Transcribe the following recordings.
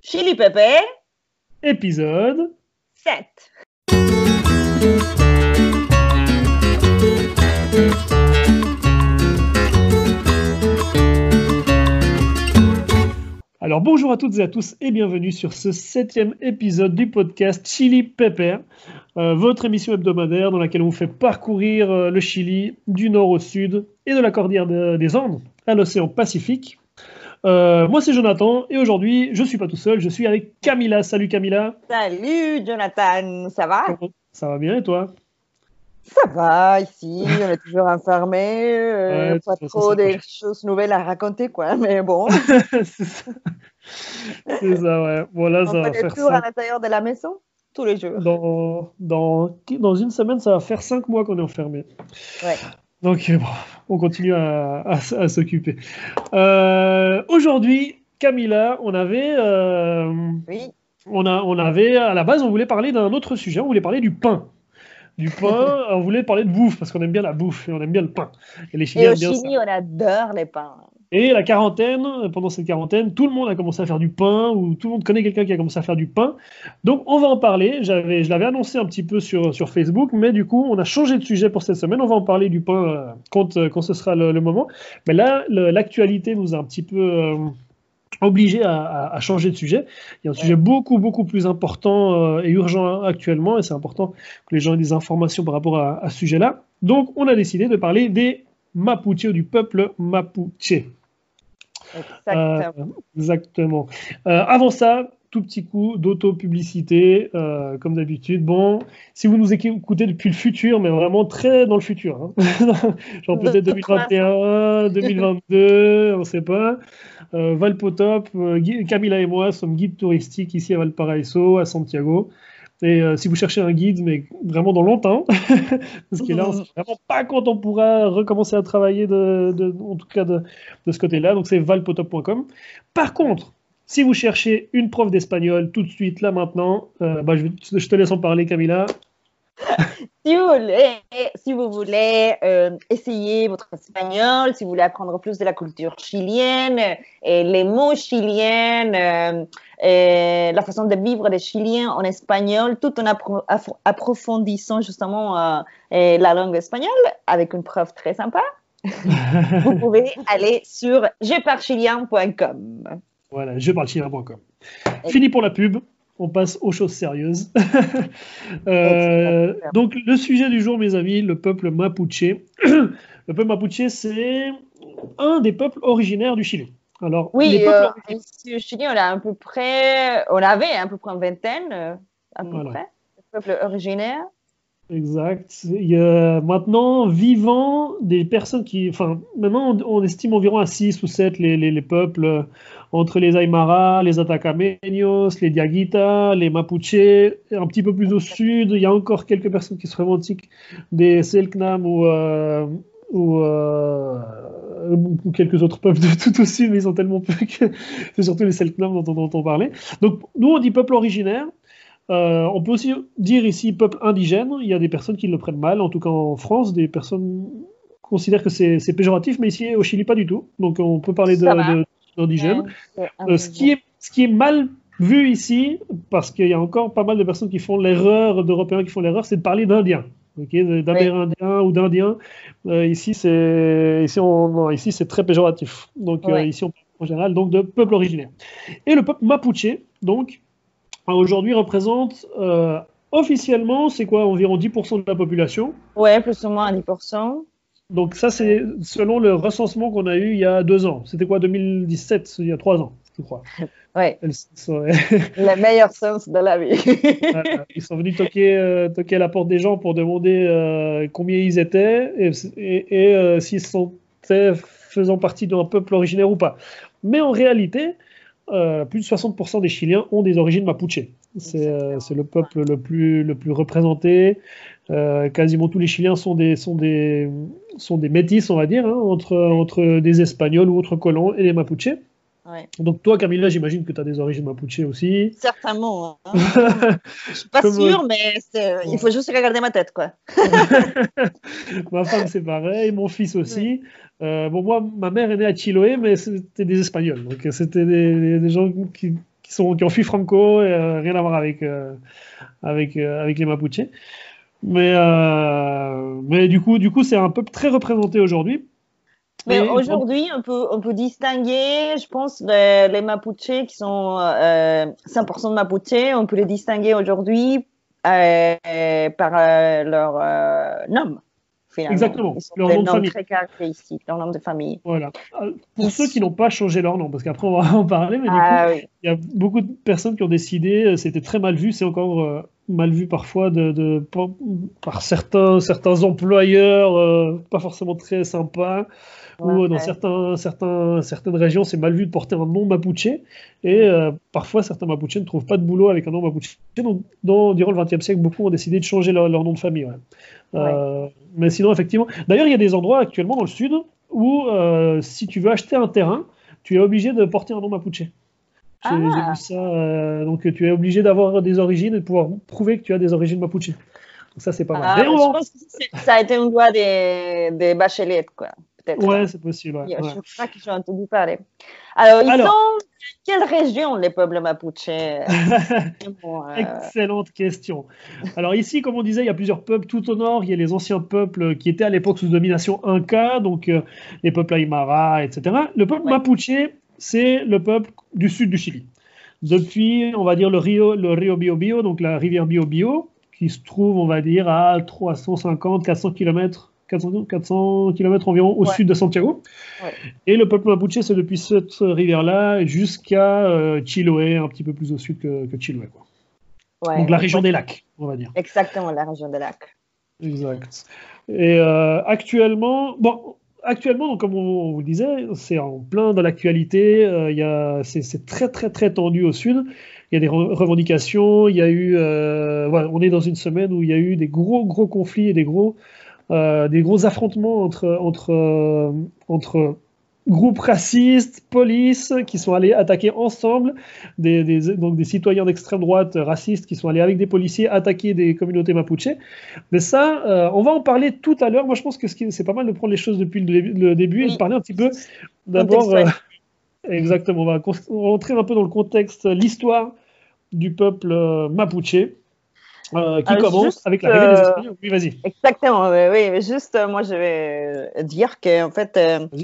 Chili Pepper, épisode 7. Alors bonjour à toutes et à tous et bienvenue sur ce 7e épisode du podcast Chili Pepper, votre émission hebdomadaire dans laquelle on vous fait parcourir le Chili du nord au sud et de la cordillère des Andes à l'océan Pacifique. Moi c'est Jonathan et aujourd'hui je suis pas tout seul, je suis avec Camilla. Salut Camilla. Salut Jonathan, ça va? Ça va bien et toi? Ça va, ici, on est toujours enfermés, pas trop des choses nouvelles à raconter, quoi, mais bon. C'est ça. C'est ça, ouais. Voilà, ça va faire faire tours à l'intérieur de la maison, tous les jours. Dans une semaine, ça va faire 5 mois qu'on est enfermé. Ouais. Donc, bon, on continue à s'occuper. Aujourd'hui, Camilla, on avait, Oui. on avait, à la base, on voulait parler d'un autre sujet, on voulait parler du pain. Du pain, on voulait parler de bouffe, parce qu'on aime bien la bouffe et on aime bien le pain. Et les Chiliens Et au aiment bien Chili, ça. on adore les pains. Et la quarantaine, pendant cette quarantaine, tout le monde a commencé à faire du pain, ou tout le monde connaît quelqu'un qui a commencé à faire du pain. Donc on va en parler, je l'avais annoncé un petit peu sur Facebook, mais du coup on a changé de sujet pour cette semaine, on va en parler du pain quand ce sera le moment. Mais là, l'actualité nous a un petit peu obligés à changer de sujet. Il y a un sujet beaucoup plus important et urgent actuellement, et c'est important que les gens aient des informations par rapport à ce sujet-là. Donc on a décidé de parler des Mapuche, du peuple Mapuche. Exactement. Avant ça, tout petit coup d'auto-publicité, comme d'habitude. Bon, si vous nous écoutez depuis le futur, mais vraiment très dans le futur, hein. Genre peut-être 2021, 2022, on ne sait pas. Valpotop, Camilla et moi sommes guides touristiques ici à Valparaiso, à Santiago. Et si vous cherchez un guide, mais vraiment dans longtemps, parce que là, on ne sait vraiment pas quand on pourra recommencer à travailler, en tout cas de ce côté-là. Donc, c'est valpotop.com. Par contre, si vous cherchez une prof d'espagnol tout de suite, là, maintenant, je te laisse en parler, Camilla. Si vous voulez essayer votre espagnol, si vous voulez apprendre plus de la culture chilienne, les mots chiliens, la façon de vivre des Chiliens en espagnol, tout en approfondissant justement la langue espagnole avec une prof très sympa, vous pouvez aller sur jeparlechilien.com. Voilà, jeparlechilien.com. Fini pour la pub. On passe aux choses sérieuses. Donc, le sujet du jour, mes amis, le peuple Mapuche. Le peuple Mapuche, c'est un des peuples originaires du Chili. Alors, oui, ici au Chili, on avait à peu près une vingtaine, à peu près, de peuples originaires. Exact. Il y a maintenant vivant des personnes maintenant on estime environ à 6 ou 7 les peuples entre les Aymara, les Atacameños, les Diaguita, les Mapuche, un petit peu plus au sud, il y a encore quelques personnes qui se revendiquent des Selknam ou quelques autres peuples de tout au sud, mais ils sont tellement peu que c'est surtout les Selknam dont on parlait. Donc nous on dit peuple originaire. On peut aussi dire ici peuple indigène. Il y a des personnes qui le prennent mal, en tout cas en France, des personnes considèrent que c'est péjoratif, mais ici au Chili pas du tout. Donc on peut parler d'indigène. Ce qui est mal vu ici, parce qu'il y a encore pas mal de personnes qui font l'erreur, d'Européens qui font l'erreur, c'est de parler d'Indiens, d'Amérindiens ou d'Indiens. Ici c'est très péjoratif. Donc ici on parle en général donc de peuple originaire. Et le peuple Mapuche, donc aujourd'hui représente officiellement, c'est quoi, environ 10% de la population. Ouais, plus ou moins 10%. Donc ça, c'est selon le recensement qu'on a eu il y a 2 ans. C'était quoi, 2017, il y a 3 ans, je crois. Ouais. Le meilleur sens de la vie. Voilà. Ils sont venus toquer à la porte des gens pour demander combien ils étaient et s'ils sont faisant partie d'un peuple originaire ou pas. Mais en réalité, plus de 60% des Chiliens ont des origines mapuche. C'est le peuple le plus représenté. Quasiment tous les Chiliens sont des métis, on va dire, hein, entre des Espagnols ou autres colons et des Mapuche. Ouais. Donc toi, Camilla, j'imagine que tu as des origines mapuche aussi. Certainement. Hein. Je suis pas sûre, mais il faut juste regarder ma tête, quoi. Ma femme, c'est pareil, mon fils aussi. Moi, ma mère est née à Chiloé, mais c'était des Espagnols. Donc c'était des gens qui qui ont fui Franco, rien à voir avec les Mapuches. Mais du coup, c'est un peuple très représenté aujourd'hui. Mais aujourd'hui, on peut distinguer, je pense, les Mapuches qui sont 100% de Mapuche, on peut les distinguer aujourd'hui par leur nom, finalement. Exactement, Ils sont leur des nom de noms famille. très caractéristiques, leur nom de famille. Voilà. Pour ceux qui n'ont pas changé leur nom, parce qu'après on va en parler, mais du coup, Oui. il y a beaucoup de personnes qui ont décidé, c'était très mal vu, c'est encore mal vu parfois par certains employeurs, pas forcément très sympas, ou dans certaines régions, c'est mal vu de porter un nom mapuche, et parfois certains mapuches ne trouvent pas de boulot avec un nom mapuche. Donc, durant le XXe siècle, beaucoup ont décidé de changer leur nom de famille. Mais sinon, effectivement, d'ailleurs, il y a des endroits actuellement dans le sud où, si tu veux acheter un terrain, tu es obligé de porter un nom mapuche. J'ai vu ça, donc tu es obligé d'avoir des origines et de pouvoir prouver que tu as des origines mapuche. Donc ça, c'est pas mal. Je pense que ça a été une loi des Bachelet, quoi. Peut-être. Ouais, c'est possible. Ouais. Je crois que j'ai entendu parler. Alors, ils sont dans quelle région, les peuples mapuches? Excellente question. Alors ici, comme on disait, il y a plusieurs peuples tout au nord. Il y a les anciens peuples qui étaient à l'époque sous domination inca, donc les peuples Aymara, etc. Le peuple mapuche, c'est le peuple du sud du Chili. Depuis, on va dire, le Rio Biobío, donc la rivière Biobío, qui se trouve, on va dire, à 350-400 km environ au sud de Santiago. Et le peuple mapuche, c'est depuis cette rivière-là jusqu'à Chiloé, un petit peu plus au sud que Chiloé. Donc la région des lacs, on va dire. Exactement, la région des lacs. Exact. Et actuellement, donc, comme on vous le disait, c'est en plein dans l'actualité. C'est très, très, très tendu au sud. Il y a des revendications. Il y a eu, on est dans une semaine où il y a eu des gros conflits et des gros affrontements entre groupes racistes, police, qui sont allés attaquer ensemble donc des citoyens d'extrême droite racistes qui sont allés avec des policiers attaquer des communautés mapuches. Mais ça, on va en parler tout à l'heure. Moi, je pense que c'est pas mal de prendre les choses depuis le début et de parler un petit peu d'abord. Exactement, on va rentrer un peu dans le contexte, l'histoire du peuple mapuche. Qui commence avec l'arrivée des Espagnols. Oui, vas-y. Exactement, oui. Juste, moi, je vais dire qu'en fait,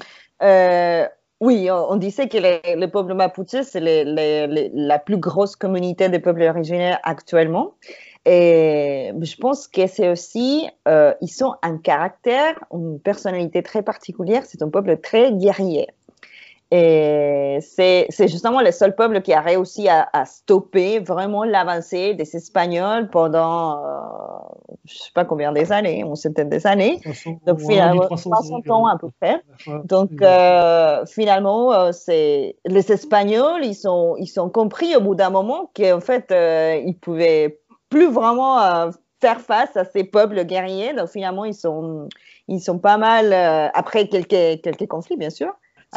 oui, on disait que le peuple mapuche, c'est la plus grosse communauté des peuples originaires actuellement. Et je pense que c'est aussi, ils ont un caractère, une personnalité très particulière. C'est un peuple très guerrier. Et c'est justement le seul peuple qui a réussi à stopper vraiment l'avancée des Espagnols pendant, je ne sais pas combien des années, une centaine des années. 300, donc, finalement, 300 ans à peu près. Donc, finalement, les Espagnols, ils sont compris au bout d'un moment qu'en fait, ils ne pouvaient plus vraiment faire face à ces peuples guerriers. Donc, finalement, ils sont pas mal, après quelques conflits, bien sûr.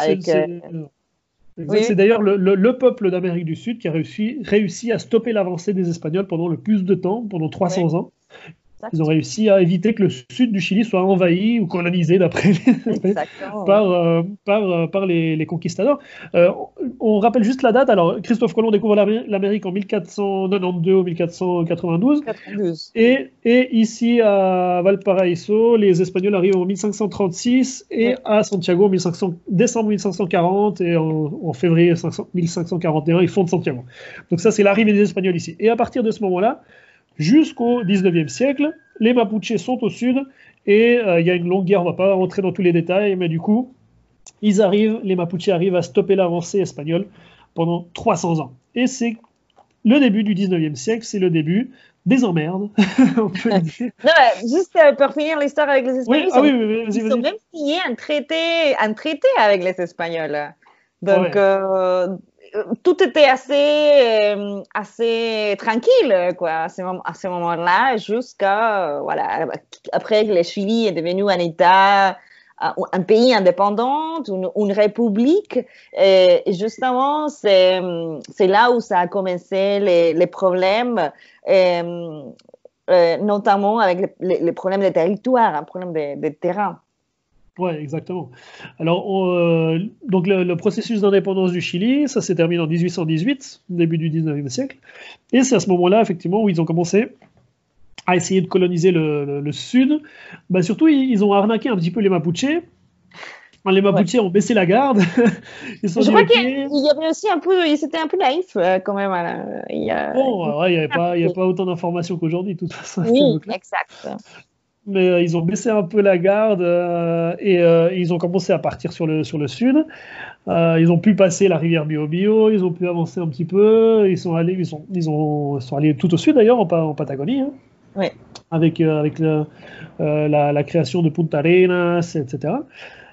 C'est d'ailleurs le peuple d'Amérique du Sud qui a réussi à stopper l'avancée des Espagnols pendant le plus de temps, pendant 300 ans. Ils ont réussi à éviter que le sud du Chili soit envahi ou colonisé d'après par les conquistadors. On rappelle juste la date. Alors, Christophe Colomb découvre l'Amérique en 1492 ou 1492. Et ici, à Valparaiso, les Espagnols arrivent en 1536 et à Santiago, décembre 1540 et en février 1541, ils fondent Santiago. Donc ça, c'est l'arrivée des Espagnols ici. Et à partir de ce moment-là, jusqu'au 19e siècle, les Mapuches sont au sud et il y a une longue guerre, on ne va pas rentrer dans tous les détails, mais du coup, les Mapuches arrivent à stopper l'avancée espagnole pendant 300 ans. Et c'est le début du 19e siècle, c'est le début des emmerdes, on peut le dire. Non, juste pour finir l'histoire avec les Espagnols, ils ont même signé un traité avec les Espagnols. Donc, tout était assez tranquille, quoi, à ce moment-là, jusqu'à, voilà, après que le Chili est devenu un État, un pays indépendant, une république, et justement, c'est là où ça a commencé les problèmes, notamment avec les problèmes de territoire, un problème de terrain. Ouais, exactement. Alors, donc le processus d'indépendance du Chili, ça s'est terminé en 1818, début du 19e siècle. Et c'est à ce moment-là, effectivement, où ils ont commencé à essayer de coloniser le sud. Bah, surtout, ils ont arnaqué un petit peu les Mapuches. Les Ouais. Mapuches ont baissé la garde. Ils se sont Je dit, crois OK, qu'il y avait aussi un peu, ils étaient un peu naïfs quand même. bon, ouais, il n'y avait pas autant d'informations qu'aujourd'hui, de toute façon, à cette Oui, époque-là. exact. Mais ils ont baissé un peu la garde et ils ont commencé à partir sur le sud. Ils ont pu passer la rivière Biobío, ils ont pu avancer un petit peu. Ils sont allés tout au sud d'ailleurs, en Patagonie, hein, Oui. avec la création de Punta Arenas, etc.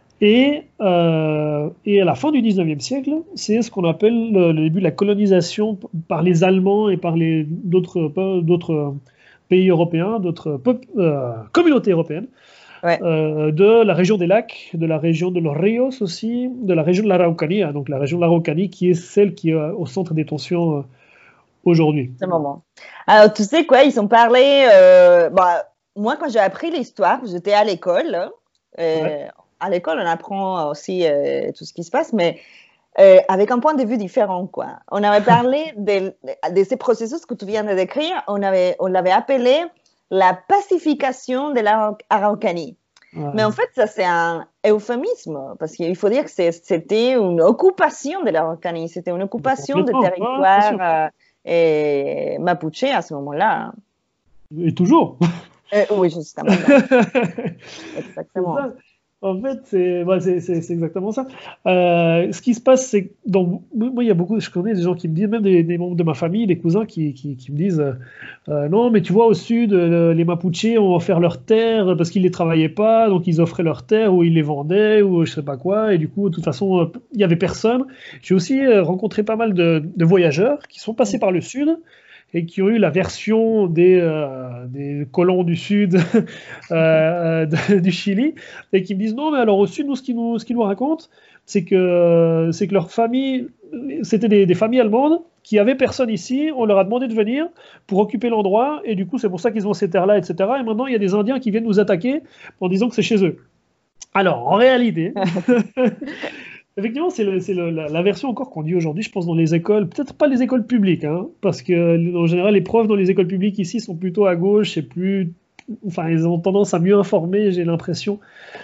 Et à la fin du 19e siècle, c'est ce qu'on appelle le début de la colonisation par les Allemands et par d'autres pays européens, d'autres communautés européennes, Ouais. de la région des lacs, de la région de los Ríos aussi, de la région de l'Araucanía, donc la région de l'Araucanie qui est celle qui est au centre des tensions aujourd'hui. Ce moment. Alors, tu sais quoi, ils ont parlé. Bah, moi, quand j'ai appris l'histoire, j'étais à l'école. Ouais. À l'école, on apprend aussi tout ce qui se passe, mais avec un point de vue différent, quoi. On avait parlé de ces processus que tu viens de décrire, on l'avait appelé la pacification de l'Araucanie. Mais en Ouais. fait, ça, c'est un euphémisme, parce qu'il faut dire que c'était une occupation de l'Araucanie, c'était une occupation de Complètement, ouais, bien sûr. territoire mapuche à ce moment-là. Et toujours. Oui, jusqu'à maintenant. C'est Exactement. ça. En fait, c'est exactement ça. Ce qui se passe, c'est que moi, il y a beaucoup, je connais des gens qui me disent, même des membres de ma famille, des cousins qui me disent, non, mais tu vois, au sud, les Mapuches ont offert leurs terres parce qu'ils les travaillaient pas, donc ils offraient leurs terres ou ils les vendaient ou je sais pas quoi, et du coup, de toute façon, il y avait personne. J'ai aussi rencontré pas mal de voyageurs qui sont passés par le sud et qui ont eu la version des colons du sud du Chili, et qui me disent non, mais alors au sud, nous, ce qu'ils nous racontent, c'est que leur famille, c'était des familles allemandes qui avaient personne ici, on leur a demandé de venir pour occuper l'endroit, et du coup, c'est pour ça qu'ils ont ces terres-là, etc. Et maintenant, il y a des Indiens qui viennent nous attaquer en disant que c'est chez eux. Alors, en réalité, effectivement, la version encore qu'on dit aujourd'hui, je pense, dans les écoles, peut-être pas les écoles publiques, hein, parce que en général, les profs dans les écoles publiques ici sont plutôt à gauche, enfin, ils ont tendance à mieux informer, j'ai l'impression,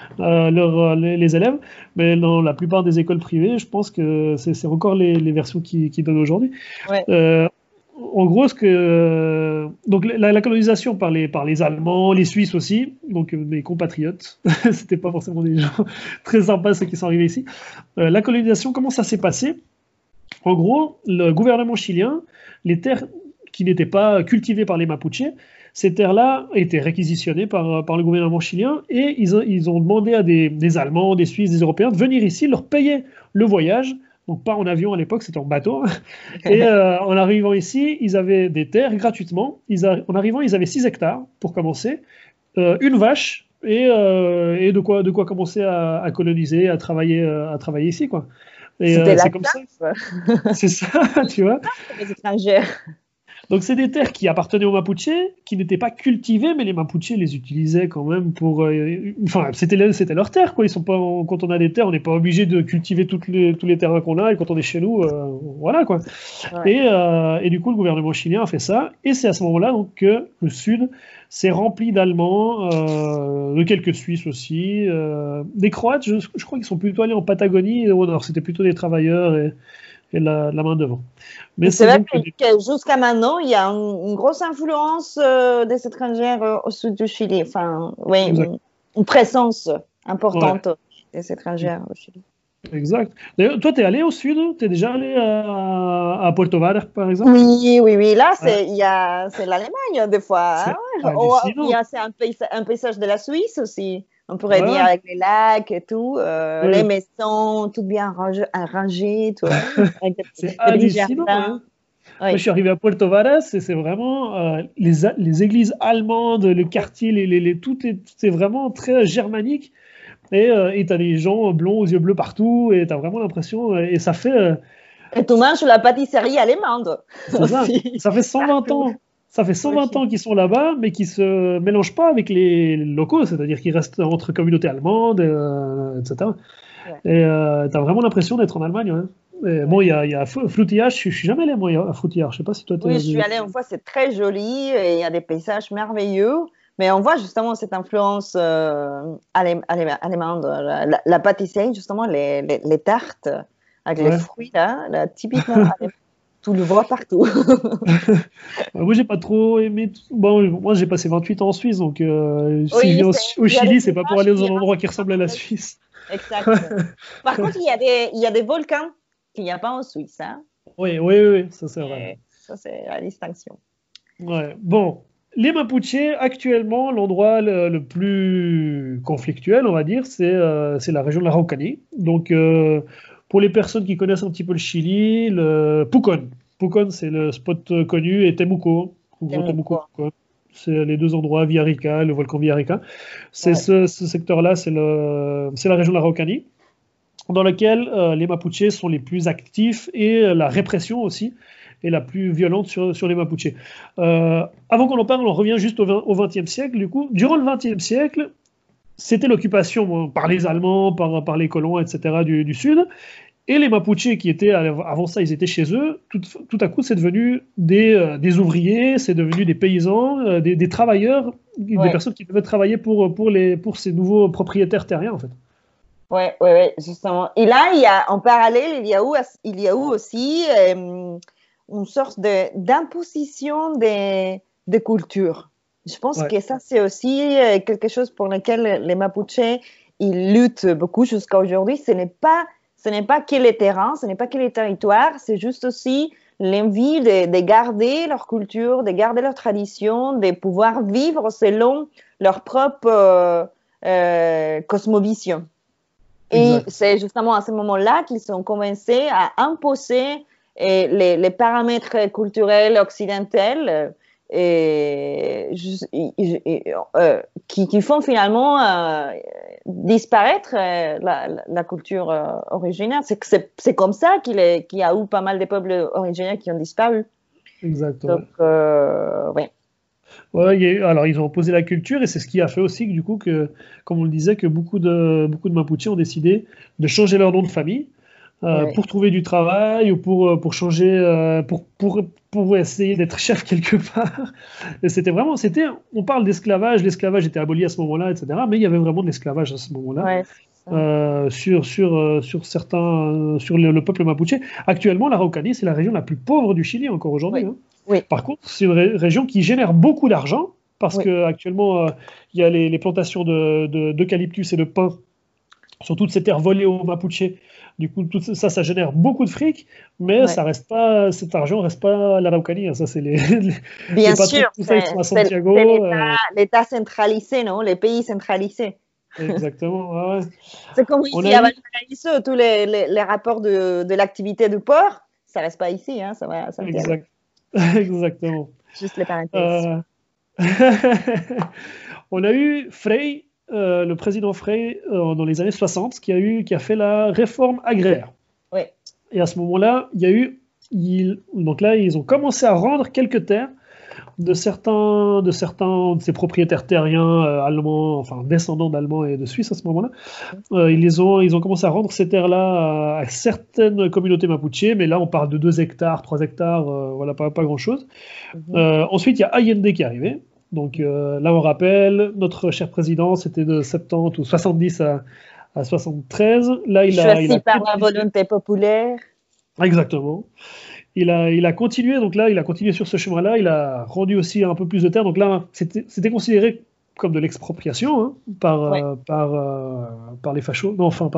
les élèves, mais dans la plupart des écoles privées, je pense que c'est encore les versions qui donnent aujourd'hui. Ouais. Euh, En gros, donc la colonisation par les Allemands, les Suisses aussi, donc mes compatriotes, c'était pas forcément des gens très sympas ceux qui sont arrivés ici. La colonisation, comment ça s'est passé? En gros, le gouvernement chilien, les terres qui n'étaient pas cultivées par les Mapuches, ces terres-là étaient réquisitionnées par le gouvernement chilien et ils ont demandé à des Allemands, des Suisses, des Européens de venir ici, leur payer le voyage. Donc pas en avion à l'époque, c'était en bateau. Et en arrivant ici, ils avaient des terres gratuitement. En arrivant, ils avaient 6 hectares pour commencer, une vache et de quoi commencer à coloniser, à travailler ici, quoi. Et C'était la c'est comme ça. classe C'est ça, tu vois. des étrangers. Donc c'est des terres qui appartenaient aux Mapuches, qui n'étaient pas cultivées, mais les Mapuches les utilisaient quand même pour... enfin, c'était leur terre, quoi. Ils sont pas, quand on a des terres, on n'est pas obligé de cultiver tous les terrains qu'on a, et quand on est chez nous, voilà, quoi. Ouais. Et du coup, le gouvernement chilien a fait ça, et c'est à ce moment-là donc, que le Sud s'est rempli d'Allemands, de quelques Suisses aussi, des Croates, je crois qu'ils sont plutôt allés en Patagonie, et au nord, c'était plutôt des travailleurs et la main-d'œuvre. Mais C'est c'est vrai donc que jusqu'à maintenant, il y a une grosse influence des étrangers au sud du Chili. Enfin, oui, exact. une présence Ouais. importante des étrangers au Chili. Exact. D'ailleurs, toi, t'es allé au sud? T'es déjà allé à Puerto Varas, par exemple? Oui, oui, oui. Là, Ouais. c'est l'Allemagne, des fois. Hein. C'est Il y hallucinant. a c'est un paysage de la Suisse aussi. On pourrait Ouais, dire ouais. avec les lacs et tout, les Ouais. maisons, tout bien arrangées, tu vois, avec C'est des petits hallucinant, hein. jardins. Moi, Oui. je suis arrivé à Puerto Varas et c'est vraiment les églises allemandes, le quartier, tout est vraiment très germanique. Et t'as des gens blonds aux yeux bleus partout et t'as vraiment l'impression. Et ça fait, Et tu manges la pâtisserie allemande c'est ça, aussi. ça fait 120 Partout. ans. Ça fait 120 ans qu'ils sont là-bas, mais qui se mélangent pas avec les locaux, c'est-à-dire qu'ils restent entre communautés allemandes, etc. Ouais. Et tu as vraiment l'impression d'être en Allemagne. Ouais. Et bon, il y a Frutillas, je suis jamais allé moi à Frutillas, je sais pas si toi tu Oui, je suis allée une fois, c'est très joli, et il y a des paysages merveilleux, mais on voit justement cette influence allemande, la pâtisserie, justement, les tartes avec les Ouais. fruits, là, typiquement allemand. Tu le vois partout. Moi, j'ai pas trop aimé. Bon, moi, j'ai passé 28 ans en Suisse, donc si je Oui, viens au il y a des Chili, c'est pas pour paysages aller dans qui un endroit qui restent ressemble à la pareils. Suisse. Exact. Par contre, il y a des volcans qu'il n'y a pas en Suisse, hein. Oui, oui, oui, oui, ça c'est vrai. Et ça, c'est la distinction. Ouais. Bon, les Mapuches, actuellement, l'endroit le plus conflictuel, on va dire, c'est la région de l'Araucanie. Donc, pour les personnes qui connaissent un petit peu le Chili, le Pucón. Pucón, c'est le spot connu, et Temuco, ou Gros Temuco. Temuco. Pucón. C'est les deux endroits, Villarrica, le volcan Villarrica. C'est Ouais. ce secteur-là, c'est la région de l'Araucanie, dans laquelle les Mapuches sont les plus actifs et la répression aussi est la plus violente sur les Mapuches. Avant qu'on en parle, on revient juste au XXe siècle. Du coup, durant le XXe siècle, c'était l'occupation par les Allemands, par les colons, etc. du Sud. Et les Mapuches qui étaient, avant ça, ils étaient chez eux, tout à coup, c'est devenu des ouvriers, c'est devenu des paysans, des travailleurs, des Ouais. personnes qui devaient travailler pour ces nouveaux propriétaires terriens, en fait. Ouais, ouais, ouais, justement. Et là, en parallèle, il y a eu aussi une sorte d'imposition des cultures. Je pense Ouais. que ça, c'est aussi quelque chose pour lequel les Mapuches, ils luttent beaucoup jusqu'à aujourd'hui. Ce n'est pas que les terrains, ce n'est pas que les territoires, c'est juste aussi l'envie de garder leur culture, de garder leur tradition, de pouvoir vivre selon leur propre cosmovision. Et Exact. c'est justement à ce moment-là qu'ils ont commencé à imposer les paramètres culturels occidentaux qui font finalement disparaître la culture originaire. C'est comme ça qu'il y a eu pas mal de peuples originaires qui ont disparu. Exact, Donc, ouais. oui. Ouais, alors ils ont opposé la culture et c'est ce qui a fait aussi que, du coup, que, comme on le disait, que beaucoup de Mapuches ont décidé de changer leur nom de famille Oui, pour trouver du travail ou pour changer, pour essayer d'être chef quelque part. Et on parle d'esclavage, l'esclavage était aboli à ce moment-là, etc. Mais il y avait vraiment de l'esclavage à ce moment-là. ouais, c'est ça. Sur le peuple mapuche. Actuellement, l'Araucanie, c'est la région la plus pauvre du Chili encore Oui, aujourd'hui, hein. oui, Par contre, c'est une région qui génère beaucoup d'argent parce oui. qu'actuellement, il y a les plantations d'eucalyptus et de pin sur toutes ces terres volées aux Mapuche. Du coup, tout ça, ça génère beaucoup de fric, mais Ouais. ça reste pas, cet argent reste pas à l'Araucanie, hein. Ça, c'est les Bien patrons de sûr, tout ça, ils sont à c'est Santiago. l'État centralisé, non? Les pays centralisés. Exactement. Ouais, ouais. C'est comme On ici a à eu, Valparaiso, tous les rapports de l'activité du port, ça reste pas ici, hein, ça va à Santiago. exact, exactement. Juste les parenthèses. Euh, On a eu Frey, le président Frey, dans les années 60, qui a fait la réforme agraire. Oui, Et à ce moment-là, donc là, ils ont commencé à rendre quelques terres de ces propriétaires terriens allemands, enfin descendants d'Allemands et de Suisses à ce moment-là. Ils ont commencé à rendre ces terres-là à certaines communautés mapuches, mais là, on parle de 2 hectares, 3 hectares, voilà, pas grand-chose. mhm. Ensuite, il y a Allende qui est arrivé. Donc là, on rappelle, notre cher président, c'était de 70 ou 70 à 73. Là, il a Choisi par la continué. volonté populaire. Exactement. Il a continué, donc là, il a continué sur ce chemin-là. Il a rendu aussi un peu plus de terre. Donc là, c'était considéré comme de l'expropriation, hein, Oui, par les fachos. Non, enfin,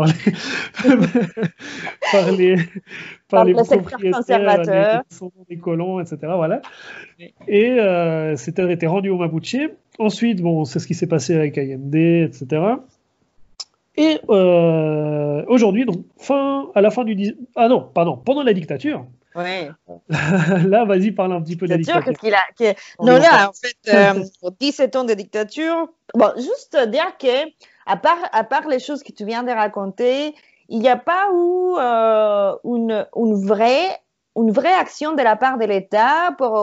par les, par par les le secteur propriétaires, les conservateur. descendants des colons, etc. Voilà. Oui. Et c'était été rendu au Mapuche. Ensuite, bon, c'est ce qui s'est passé avec Allende, etc. Et aujourd'hui, donc, à la fin ah non, pardon, pendant la dictature, Oui. là, vas-y, parle un petit peu de la Dictature, dictature. qu'est-ce qu'il a On Non, lui en parle. là, en fait, 17 ans de dictature. Bon, juste dire que, à part les choses que tu viens de raconter, il n'y a pas eu une vraie action de la part de l'État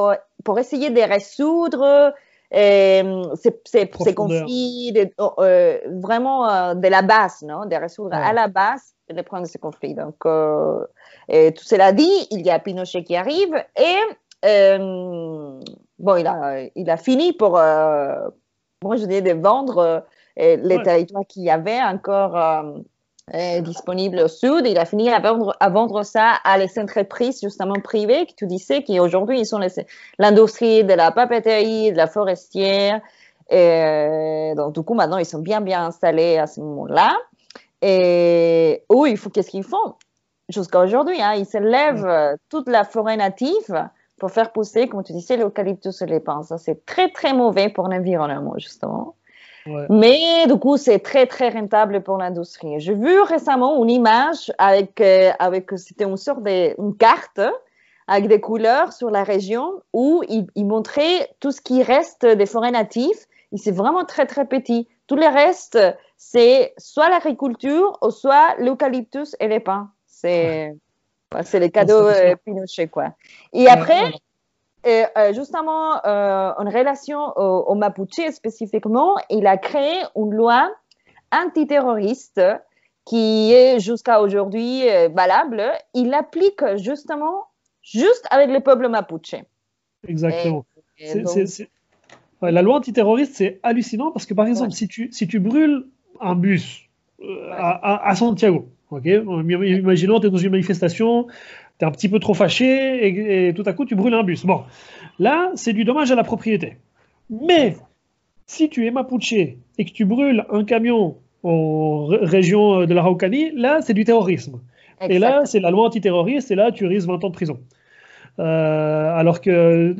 pour essayer de résoudre ces Profondeur. conflits, vraiment de la base, non? De résoudre à la base les problèmes de ces conflits. Donc, tout cela dit, il y a Pinochet qui arrive et bon, il a fini pour, moi je dirais, de vendre les territoires qu'il y avait encore disponibles au sud. Il a fini à vendre ça à les entreprises justement privées, que tu disais, qui aujourd'hui ils sont l'industrie de la papeterie, de la forestière. Et donc, du coup, maintenant, ils sont bien installés à ce moment-là. Et qu'est-ce qu'ils font? Jusqu'à aujourd'hui, hein, ils s'élèvent toute la forêt native pour faire pousser, comme tu disais, l'eucalyptus et les pins. Ça, c'est très, très mauvais pour l'environnement, justement. Ouais. Mais du coup, c'est très, très rentable pour l'industrie. J'ai vu récemment une image c'était une sorte une carte avec des couleurs sur la région où il montrait tout ce qui reste des forêts natives. Et c'est vraiment très, très petit. Tout le reste, c'est soit l'agriculture ou soit l'eucalyptus et les pins. C'est les cadeaux Pinochet, quoi. Et après, justement, en relation au Mapuche spécifiquement, il a créé une loi antiterroriste qui est jusqu'à aujourd'hui valable. Il l'applique justement juste avec le peuple Mapuche. Exactement. La loi antiterroriste, c'est hallucinant parce que, par exemple, si tu brûles un bus à Santiago, imaginons tu es dans une manifestation, tu es un petit peu trop fâché et tout à coup tu brûles un bus. Bon, là, c'est du dommage à la propriété. Mais si tu es Mapuche et que tu brûles un camion en région de l'Araucanie, là, c'est du terrorisme. Exactement. Et là, c'est la loi antiterroriste et là, tu risques 20 ans de prison. Alors que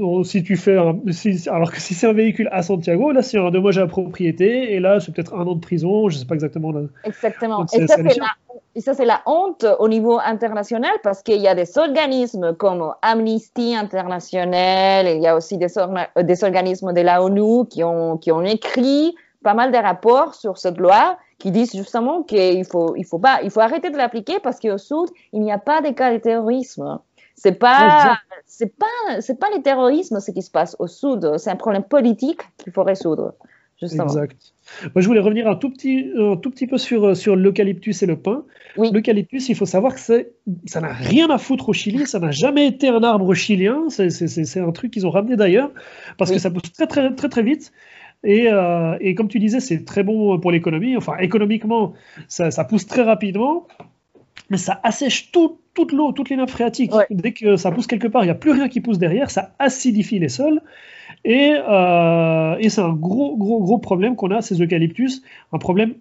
si c'est un véhicule à Santiago, là c'est un dommage à la propriété et là c'est peut-être 1 an de prison, je ne sais pas exactement. Là. Exactement. Donc, et ça c'est la honte au niveau international parce qu'il y a des organismes comme Amnesty International, et il y a aussi des organismes de la ONU qui ont écrit pas mal de rapports sur cette loi qui disent justement qu'il faut arrêter de l'appliquer parce qu'au Sud il n'y a pas de cas de terrorisme. C'est pas le terrorisme ce qui se passe au Sud, c'est un problème politique qu'il faut résoudre, justement. Exact. Moi, je voulais revenir un tout petit peu sur l'eucalyptus et le pin. Oui. L'eucalyptus, il faut savoir que ça n'a rien à foutre au Chili, ça n'a jamais été un arbre chilien, c'est un truc qu'ils ont ramené d'ailleurs, parce que ça pousse très, très, très, très vite. Et comme tu disais, c'est très bon pour l'économie, enfin économiquement, ça pousse très rapidement. Mais ça assèche toute l'eau, toutes les nappes phréatiques. Ouais. Dès que ça pousse quelque part, il n'y a plus rien qui pousse derrière, ça acidifie les sols. Et c'est un gros problème qu'on a, ces eucalyptus. Un problème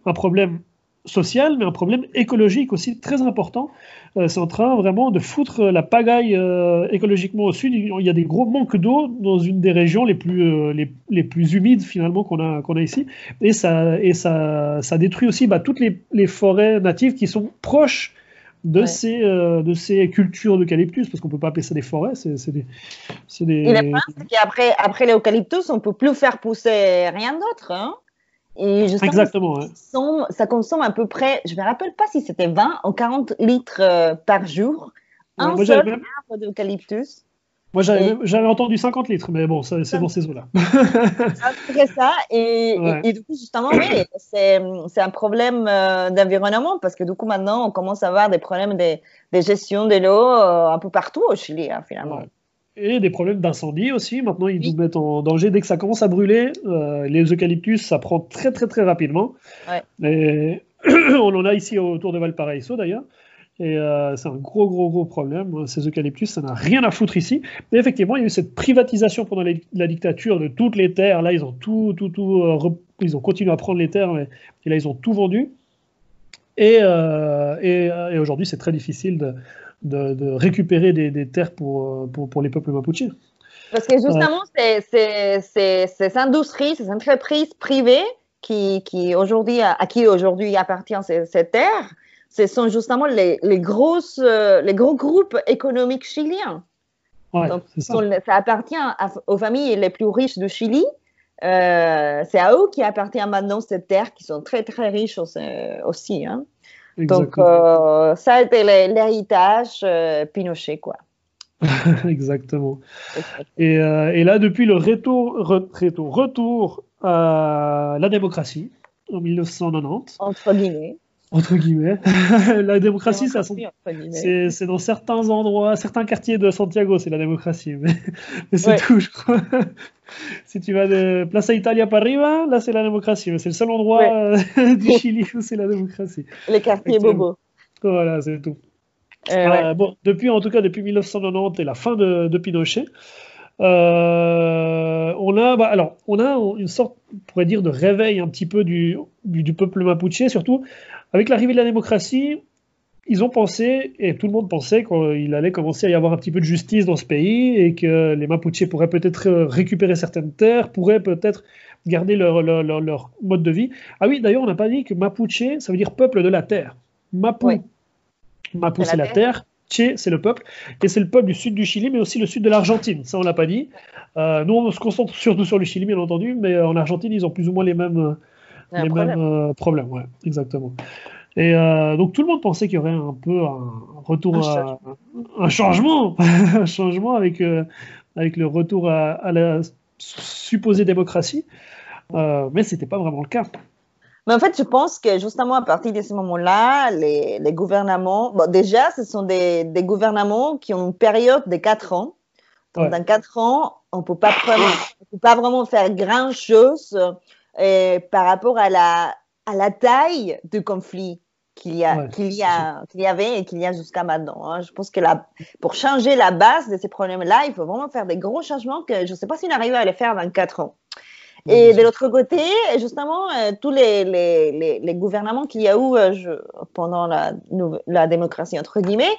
social, mais un problème écologique aussi très important. C'est en train vraiment de foutre la pagaille écologiquement au sud. Il y a des gros manques d'eau dans une des régions les plus humides finalement qu'on a ici. Et ça détruit aussi toutes les forêts natives qui sont proches de ces cultures d'eucalyptus, parce qu'on ne peut pas appeler ça des forêts, c'est des... Et le problème, c'est qu'après l'eucalyptus, on ne peut plus faire pousser rien d'autre. Hein? Et exactement. Ça consomme à peu près, je ne me rappelle pas si c'était 20 ou 40 litres par jour, un seul arbre d'eucalyptus. Moi, j'avais entendu 50 litres, mais bon, c'est dans ces eaux-là. C'est ça. Et du coup, justement, oui, c'est un problème d'environnement parce que du coup, maintenant, on commence à avoir des problèmes de gestion de l'eau un peu partout au Chili, hein, finalement. Ouais. Et des problèmes d'incendie aussi. Maintenant, ils nous mettent en danger. Dès que ça commence à brûler, les eucalyptus, ça prend très, très, très rapidement. Ouais. Et on en a ici autour de Valparaiso, d'ailleurs. Et c'est un gros problème. Ces eucalyptus, ça n'a rien à foutre ici. Et effectivement, il y a eu cette privatisation pendant la dictature de toutes les terres. Là, ils ont ils ont continué à prendre les terres, et là, ils ont tout vendu. Et aujourd'hui, c'est très difficile de récupérer des terres pour les peuples mapuches. Parce que justement, ces industries, ces entreprises privées à qui aujourd'hui appartiennent ces terres, ce sont justement les gros groupes économiques chiliens. Ouais, donc, ça appartient aux familles les plus riches du Chili. C'est à eux qui appartient maintenant ces terres qui sont très, très riches aussi. Hein. Donc, ça a été l'héritage Pinochet, quoi. Exactement. Et là, depuis le retour à la démocratie, en 1990, entre guillemets, la démocratie, c'est dans certains endroits, certains quartiers de Santiago, c'est la démocratie, mais c'est tout, je crois. Si tu vas de Plaza Italia para arriba, là, c'est la démocratie, mais c'est le seul endroit du Chili où c'est la démocratie. Les quartiers bobos. Voilà, c'est tout. Bon, en tout cas, depuis 1990 et la fin de Pinochet, on a une sorte, on pourrait dire, de réveil un petit peu du peuple mapuche, surtout avec l'arrivée de la démocratie. Ils ont pensé, et tout le monde pensait qu'il allait commencer à y avoir un petit peu de justice dans ce pays et que les Mapuches pourraient peut-être récupérer certaines terres, pourraient peut-être garder leur mode de vie. Ah oui, d'ailleurs, on n'a pas dit que Mapuche, ça veut dire peuple de la terre. Mapu, c'est la terre. Che, c'est le peuple, et c'est le peuple du sud du Chili, mais aussi le sud de l'Argentine. Ça, on l'a pas dit. Nous, on se concentre surtout sur le Chili, bien entendu, mais en Argentine, ils ont plus ou moins les mêmes problèmes. Ouais, exactement. Et donc, tout le monde pensait qu'il y aurait un peu un retour un changement, un changement avec le retour à la supposée démocratie, mais c'était pas vraiment le cas. Mais en fait, je pense que justement à partir de ce moment-là, les gouvernements, bon, déjà, ce sont des gouvernements qui ont une période de 4 ans. Donc, dans 4 ans, on ne peut pas vraiment faire grand-chose par rapport à la taille du conflit qu'il y avait et qu'il y a jusqu'à maintenant. Hein. Je pense que pour changer la base de ces problèmes-là, il faut vraiment faire des gros changements que je ne sais pas si on arrive à les faire dans 4 ans. Et de l'autre côté, justement, tous les gouvernements qu'il y a eu pendant la démocratie, entre guillemets,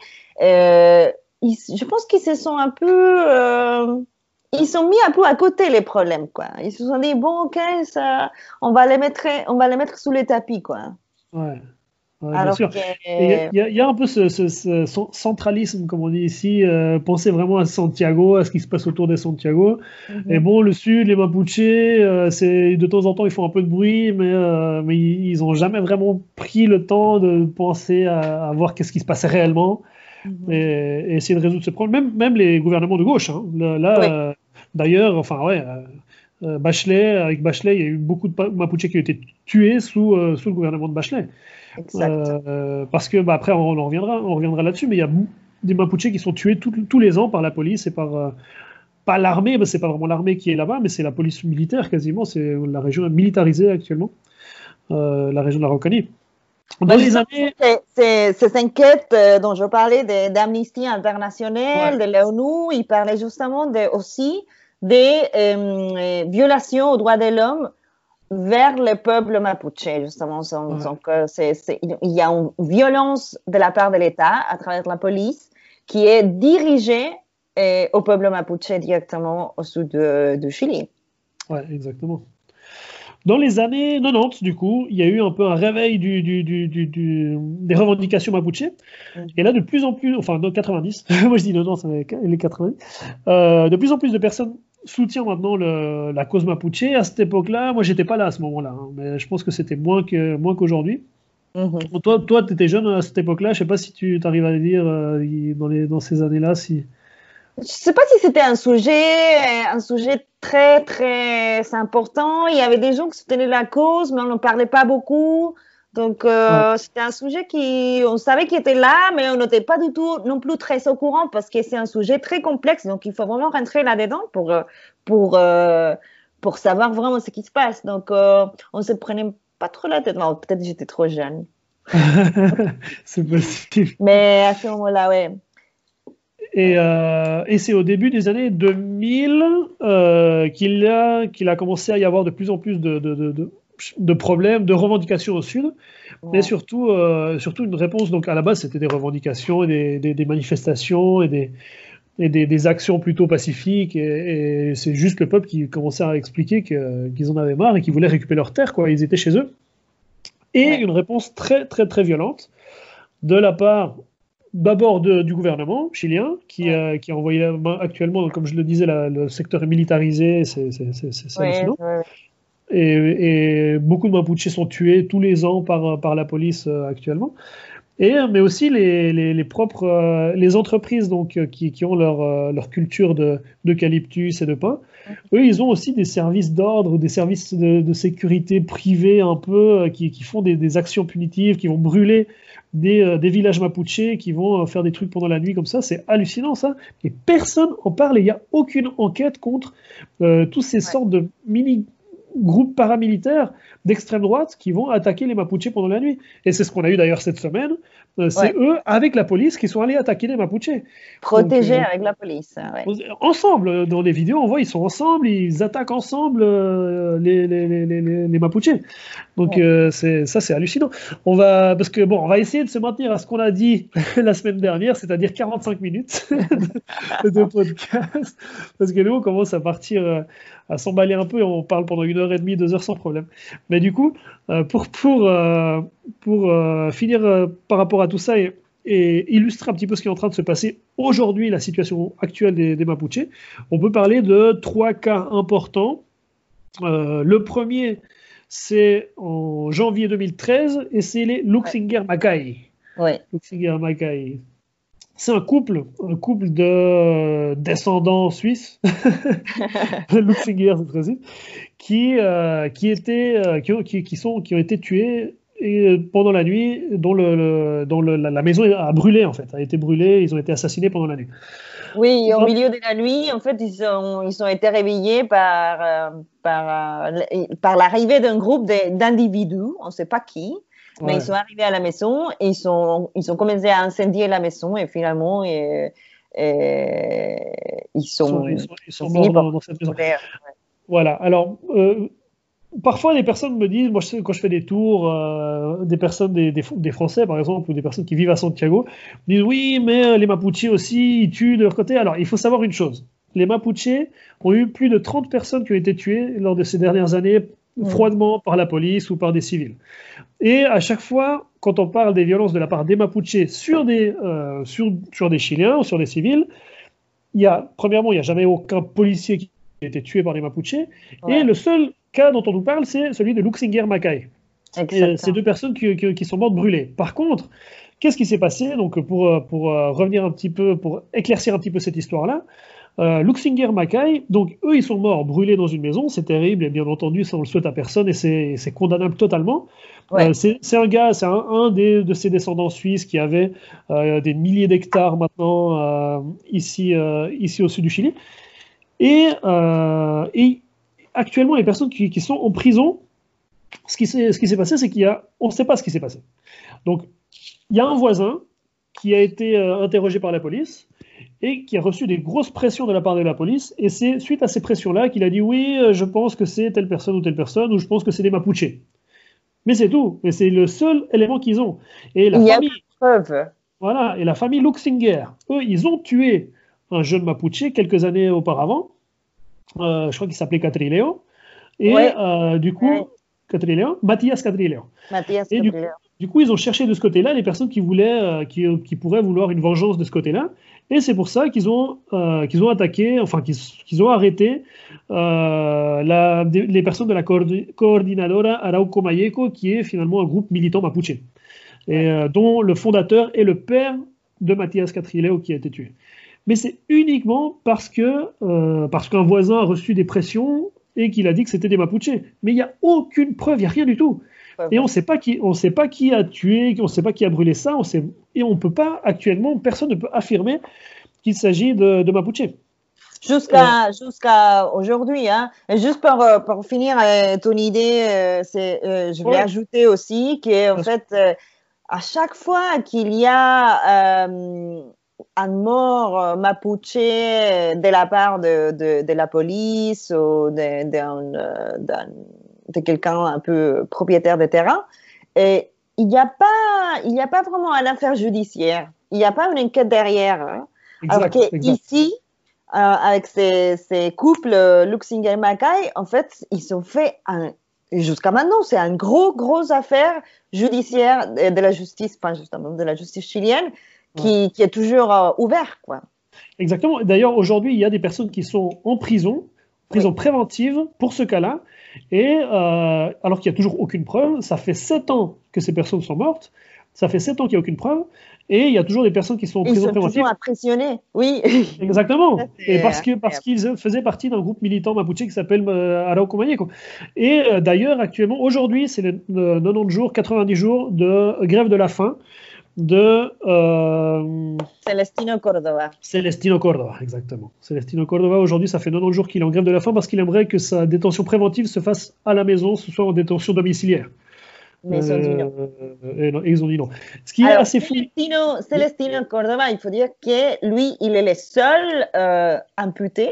je pense qu'ils se sont un peu... ils sont mis un peu à côté les problèmes, quoi. Ils se sont dit, bon, ok, on va les mettre sous les tapis, quoi. Ouais. Bien sûr. Il y a un peu ce centralisme, comme on dit ici, penser vraiment à Santiago, à ce qui se passe autour de Santiago. Et bon, le sud, les Mapuches, de temps en temps, ils font un peu de bruit, mais ils n'ont jamais vraiment pris le temps de penser à voir qu'est-ce qui se passait réellement et essayer de résoudre ce problème. Même les gouvernements de gauche. Hein. Là, d'ailleurs, Bachelet, il y a eu beaucoup de Mapuches qui ont été tués sous le gouvernement de Bachelet. Parce que après on reviendra là-dessus, mais il y a des Mapuches qui sont tués tous les ans par la police et par pas l'armée, c'est pas vraiment l'armée qui est là-bas, mais c'est la police militaire quasiment, c'est la région militarisée actuellement, la région de l'Araucanie. Ces enquêtes dont je parlais d'Amnesty International, de l'ONU, ils parlaient justement aussi des violations aux droits de l'homme vers le peuple mapuche, justement. Donc, il y a une violence de la part de l'État à travers la police qui est dirigée au peuple mapuche directement au sud du Chili. Oui, exactement. Dans les années 90, du coup, il y a eu un peu un réveil des revendications mapuche. Et là, de plus en plus, enfin, dans 90, moi je dis 90, c'est les 90, de plus en plus de personnes soutiennent maintenant la cause mapuche. À cette époque-là, moi j'étais pas là à ce moment-là, hein, mais je pense que c'était moins qu'aujourd'hui. Toi, tu étais jeune à cette époque-là, je sais pas si tu arrives à le dire dans ces années-là, si... Je sais pas si c'était un sujet très, très important. Il y avait des gens qui soutenaient la cause, mais on n'en parlait pas beaucoup. Donc, c'était un sujet on savait qu'il était là, mais on n'était pas du tout non plus très au courant parce que c'est un sujet très complexe. Donc, il faut vraiment rentrer là-dedans pour savoir vraiment ce qui se passe. Donc, on se prenait pas trop la tête. Non, peut-être j'étais trop jeune. C'est possible. Mais à ce moment-là, ouais. Et c'est au début des années 2000 qu'il a commencé à y avoir de plus en plus de problèmes, de revendications au sud, mais surtout une réponse. Donc à la base, c'était des revendications, et des manifestations et des actions plutôt pacifiques. Et c'est juste le peuple qui commençait à expliquer qu'ils en avaient marre et qu'ils voulaient récupérer leurs terres, quoi. Ils étaient chez eux. Et une réponse très, très, très violente de la part d'abord du gouvernement chilien, qui a envoyé actuellement, comme je le disais, le secteur est militarisé, c'est hallucinant. Et beaucoup de Mapuches sont tués tous les ans par la police actuellement. mais aussi les propres les entreprises donc, qui ont leur culture d'eucalyptus et de pin. Eux, ils ont aussi des services d'ordre, des services de sécurité privés un peu, qui font des actions punitives, qui vont brûler des villages mapuches, qui vont faire des trucs pendant la nuit comme ça. C'est hallucinant ça. Et personne en parle et il n'y a aucune enquête contre tous ces sortes de mini-groupes paramilitaires d'extrême droite qui vont attaquer les Mapuches pendant la nuit. Et c'est ce qu'on a eu d'ailleurs cette semaine. C'est eux, avec la police, qui sont allés attaquer les Mapuches. Protégés avec la police. Ensemble, dans les vidéos, on voit, ils sont ensemble, ils attaquent ensemble les Mapuches. Donc ça, c'est hallucinant. On va essayer de se maintenir à ce qu'on a dit la semaine dernière, c'est-à-dire 45 minutes de podcast. Parce que nous, on commence à partir, à s'emballer un peu et on parle pendant 1h30, 2 heures sans problème. Mais du coup, pour finir par rapport à tout ça et illustrer un petit peu ce qui est en train de se passer aujourd'hui, la situation actuelle des Mapuches, on peut parler de 3 cas importants. Le premier, c'est en janvier 2013 et c'est les Luxinger Makai. Luxinger Makai. C'est un couple de descendants suisses, Luxinger cette fois-ci, qui ont été tués pendant la nuit, dont la maison a brûlé en fait, a été brûlée, ils ont été assassinés pendant la nuit. Oui, au milieu de la nuit, en fait, ils ont été réveillés par l'arrivée d'un groupe d'individus, on ne sait pas qui, mais ils sont arrivés à la maison et ils ont commencé à incendier la maison et finalement ils sont morts dans cette maison. Voilà, alors parfois, les personnes me disent, moi quand je fais des tours, des personnes, des Français par exemple, ou des personnes qui vivent à Santiago, me disent oui, mais les Mapuches aussi, ils tuent de leur côté. Alors, il faut savoir une chose, les Mapuches ont eu plus de 30 personnes qui ont été tuées lors de ces dernières années, froidement par la police ou par des civils. Et à chaque fois, quand on parle des violences de la part des Mapuches sur des Chiliens ou sur des civils, premièrement, il n'y a jamais aucun policier qui a été tué par les Mapuches, et le seul cas dont on nous parle, c'est celui de Luxinger Makai. Ces 2 personnes qui sont mortes brûlées. Par contre, qu'est-ce qui s'est passé? Donc, pour revenir un petit peu, pour éclaircir un petit peu cette histoire-là, Luxinger Makai, donc eux, ils sont morts brûlés dans une maison, c'est terrible, et bien entendu, ça on le souhaite à personne, et c'est condamnable totalement. C'est un gars, c'est un de ses descendants suisses qui avait des milliers d'hectares maintenant ici au sud du Chili. Et actuellement, les personnes qui sont en prison, ce qui s'est passé, c'est on ne sait pas ce qui s'est passé. Donc, il y a un voisin qui a été interrogé par la police et qui a reçu des grosses pressions de la part de la police. Et c'est suite à ces pressions-là qu'il a dit oui, je pense que c'est telle personne, ou je pense que c'est des Mapuches. Mais c'est tout. Mais c'est le seul élément qu'ils ont. Et la famille, preuve. Voilà. Et la famille Luxinger, eux, ils ont tué un jeune Mapuche quelques années auparavant. Je crois qu'il s'appelait Catrileo. Et du coup, Mathias Catrileo. Et du coup, ils ont cherché de ce côté-là les personnes qui voulaient, qui pourraient vouloir une vengeance de ce côté-là. Et c'est pour ça qu'ils ont attaqué, enfin qu'ils ont arrêté les personnes de la Coordinadora Arauco Mayeco, qui est finalement un groupe militant mapuche, et dont le fondateur est le père de Mathias Catrileo qui a été tué. Mais c'est uniquement parce qu'un voisin a reçu des pressions et qu'il a dit que c'était des Mapuches. Mais il n'y a aucune preuve, il n'y a rien du tout. Et on ne sait pas qui a tué, on ne sait pas qui a brûlé ça, et on ne peut pas actuellement, personne ne peut affirmer qu'il s'agit de Mapuches. Jusqu'à aujourd'hui, hein. Et juste pour finir ton idée, je vais ajouter aussi qu'en fait, à chaque fois qu'il y a un mort mapuche de la part de la police ou de quelqu'un un peu propriétaire de terrain, et il n'y a pas vraiment une affaire judiciaire, il n'y a pas une enquête derrière. Hein. Exact, alors qu'ici, avec ces couples Luxinger Makai, en fait, ils ont fait jusqu'à maintenant, c'est une grosse affaire judiciaire de la justice, pas justement de la justice chilienne, qui est toujours ouverte, quoi. Exactement. D'ailleurs, aujourd'hui, il y a des personnes qui sont en prison préventive pour ce cas-là, et alors qu'il n'y a toujours aucune preuve. Ça fait 7 ans que ces personnes sont mortes, Ça fait 7 ans qu'il n'y a aucune preuve. Et il y a toujours des personnes qui sont en prison préventive. Ils sont toujours emprisonnés, oui. Exactement. Ça, Et parce qu'ils faisaient partie d'un groupe militant mapuche qui s'appelle Arauco Mañeco. Et d'ailleurs, actuellement, aujourd'hui, c'est les 90 jours, 90 jours de grève de la faim de Celestino Córdoba. Celestino Córdoba, exactement. Celestino Córdoba, aujourd'hui, ça fait 90 jours qu'il est en grève de la faim parce qu'il aimerait que sa détention préventive se fasse à la maison, ce soit en détention domiciliaire. Mais ils ont dit non. Ils ont dit non. Ce qui est assez fou. Celestino Córdoba, il faut dire que lui, il est le seul imputé.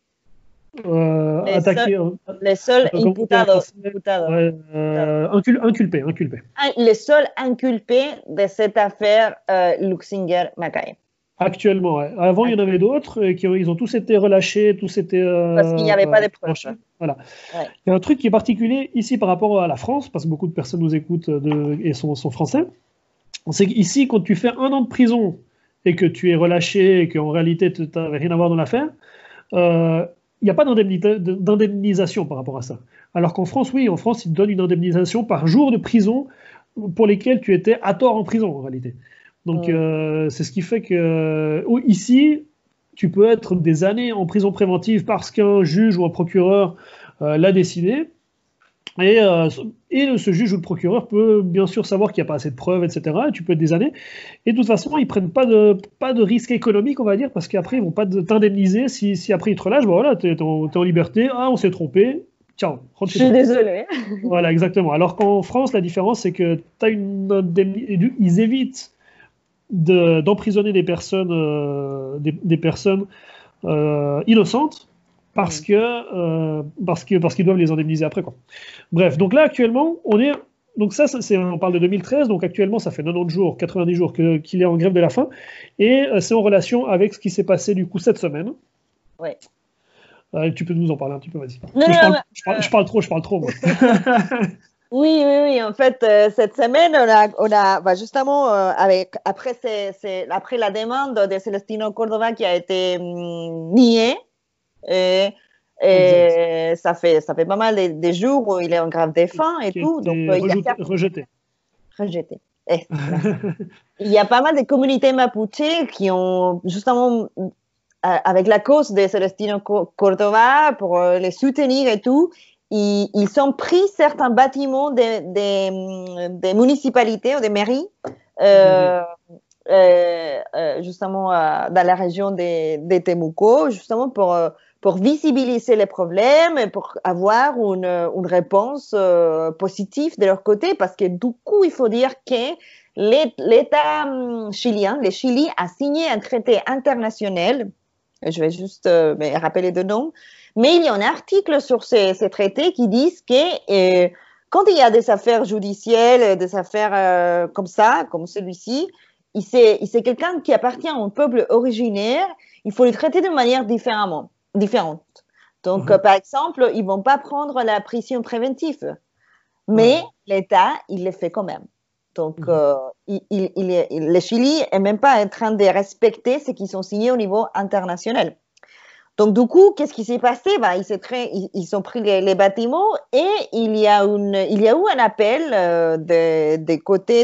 Les seuls imputados. Inculpé. Les seuls inculpés de cette affaire Luxinger-Macaé. Actuellement, ouais. Avant, il y en avait d'autres ils ont tous été relâchés, tous été. Parce qu'il n'y avait pas de preuves. Voilà. Ouais. Il y a un truc qui est particulier ici par rapport à la France, parce que beaucoup de personnes nous écoutent et sont français. C'est qu'ici, quand tu fais 1 an de prison et que tu es relâché et qu'en réalité, tu n'avais rien à voir dans l'affaire, il n'y a pas d'indemnisation par rapport à ça. Alors qu'en France, oui, en France, ils te donnent une indemnisation par jour de prison pour lesquels tu étais à tort en prison, en réalité. Donc, c'est ce qui fait que ici, tu peux être des années en prison préventive parce qu'un juge ou un procureur l'a décidé. Et ce juge ou le procureur peut bien sûr savoir qu'il n'y a pas assez de preuves, etc. Et tu peux être des années. Et de toute façon, ils ne prennent pas de risque économique, on va dire, parce qu'après, ils ne vont pas t'indemniser. Si après, ils te relâchent, bon, voilà, tu es en liberté. Ah, on s'est trompé. Tiens, rentre chez toi. Je suis désolée. Voilà, exactement. Alors qu'en France, la différence, c'est que tu as une indemnisation. Ils évitent d'emprisonner des personnes, innocentes parce qu'ils doivent les indemniser après, quoi. Bref, donc là actuellement on parle de 2013, donc actuellement ça fait 90 jours, 90 jours qu'il est en grève de la faim, et c'est en relation avec ce qui s'est passé du coup cette semaine. Ouais. Tu peux nous en parler un petit peu, vas-y. Je parle trop moi. Oui. En fait, cette semaine, on a justement, après la demande de Celestino Córdoba qui a été niée, ça fait pas mal de jours où il est en grève de faim et tout. Donc, rejeté. Il y a pas mal de communautés mapuche qui ont justement, avec la cause de Celestino Córdoba, pour les soutenir et tout, ils ont pris certains bâtiments des municipalités ou des mairies, justement dans la région de Temuco, justement pour visibiliser les problèmes et pour avoir une réponse positive de leur côté, parce que du coup, il faut dire que l'État chilien, le Chili, a signé un traité international. Je vais juste me rappeler de nom. Mais il y a un article sur ces traités qui disent que quand il y a des affaires judiciaires, des affaires comme ça, comme celui-ci, c'est quelqu'un qui appartient au peuple originaire, il faut le traiter de manière différente. Donc, par exemple, ils ne vont pas prendre la prison préventive, mais l'État, il le fait quand même. Donc, le Chili n'est même pas en train de respecter ce qu'ils ont signé au niveau international. Donc, du coup, qu'est-ce qui s'est passé? Ils ont pris les bâtiments et il y a eu un appel des côtés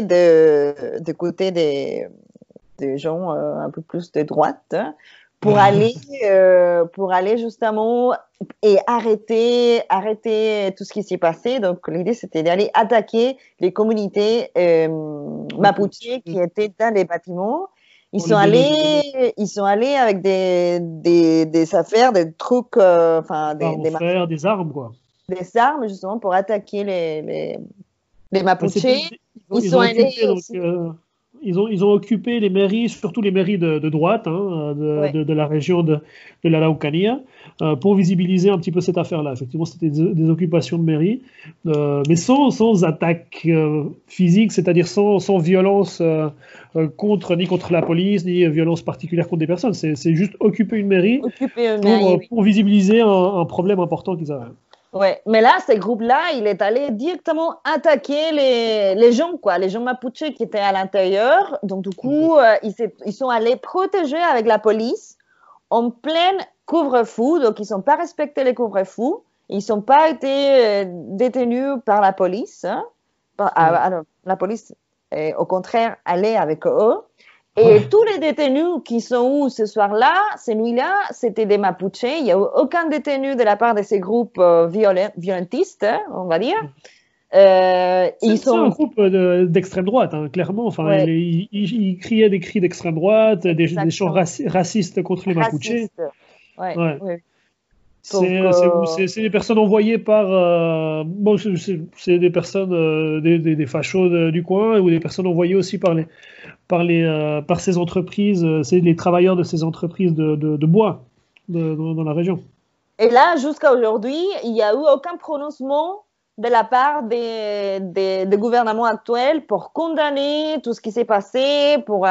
des gens un peu plus de droite pour aller justement et arrêter tout ce qui s'est passé. Donc, l'idée, c'était d'aller attaquer les communautés mapuche qui étaient dans les bâtiments. Ils sont allés avec des affaires, des trucs, des armes, quoi. Des armes, justement, pour attaquer les Mapuches. Ils ont occupé les mairies, surtout les mairies de droite, de la région de l'Araucanía, pour visibiliser un petit peu cette affaire-là. Effectivement, c'était des occupations de mairies, mais sans attaque physique, c'est-à-dire sans violence ni contre la police, ni violence particulière contre des personnes. C'est juste occuper une mairie pour visibiliser un problème important qu'ils avaient. Ouais, mais là, ce groupe-là, il est allé directement attaquer les gens, quoi, les gens mapuches qui étaient à l'intérieur. Donc, du coup, ils sont allés protéger avec la police en plein couvre-feu. Donc, ils n'ont pas respecté les couvre-feux. Ils n'ont pas été détenus par la police. Alors, la police au contraire, aller avec eux. Et tous les détenus qui sont où ce soir-là, ces nuits-là, c'était des Mapuches. Il n'y a eu aucun détenu de la part de ces groupes violentistes, on va dire. C'est un groupe d'extrême droite, hein, clairement. Enfin, ouais. ils criaient des cris d'extrême droite, des chants racistes contre les Mapuches. Ouais. Ouais. Ouais. C'est des personnes envoyées par. Bon, c'est des personnes, des fachos du coin, ou des personnes envoyées aussi par ces entreprises. C'est les travailleurs de ces entreprises de bois dans la région. Et là, jusqu'à aujourd'hui, il n'y a eu aucun prononcement de la part des gouvernements actuels pour condamner tout ce qui s'est passé, pour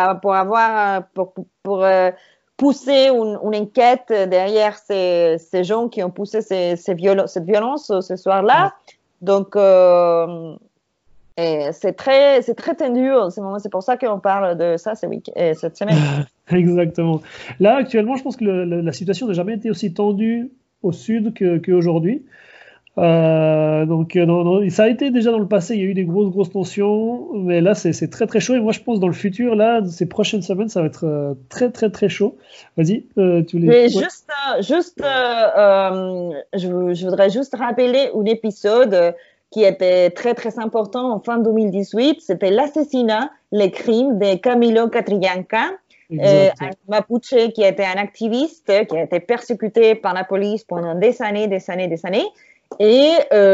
pousser une enquête derrière ces gens qui ont poussé cette violence ce soir-là. Ouais. Donc, c'est très tendu en ce moment. C'est pour ça qu'on parle de ça cette semaine. Exactement. Là, actuellement, je pense que la situation n'a jamais été aussi tendue au sud qu'aujourd'hui. Donc, ça a été déjà dans le passé, il y a eu des grosses tensions, mais là, c'est très très chaud. Et moi, je pense dans le futur, là, ces prochaines semaines, ça va être très chaud. Vas-y, tu voulais. Mais je voudrais juste rappeler un épisode qui était très important en fin 2018. C'était l'assassinat, les crimes de Camilo Catrillanca, un Mapuche qui était un activiste, qui a été persécuté par la police pendant des années. Et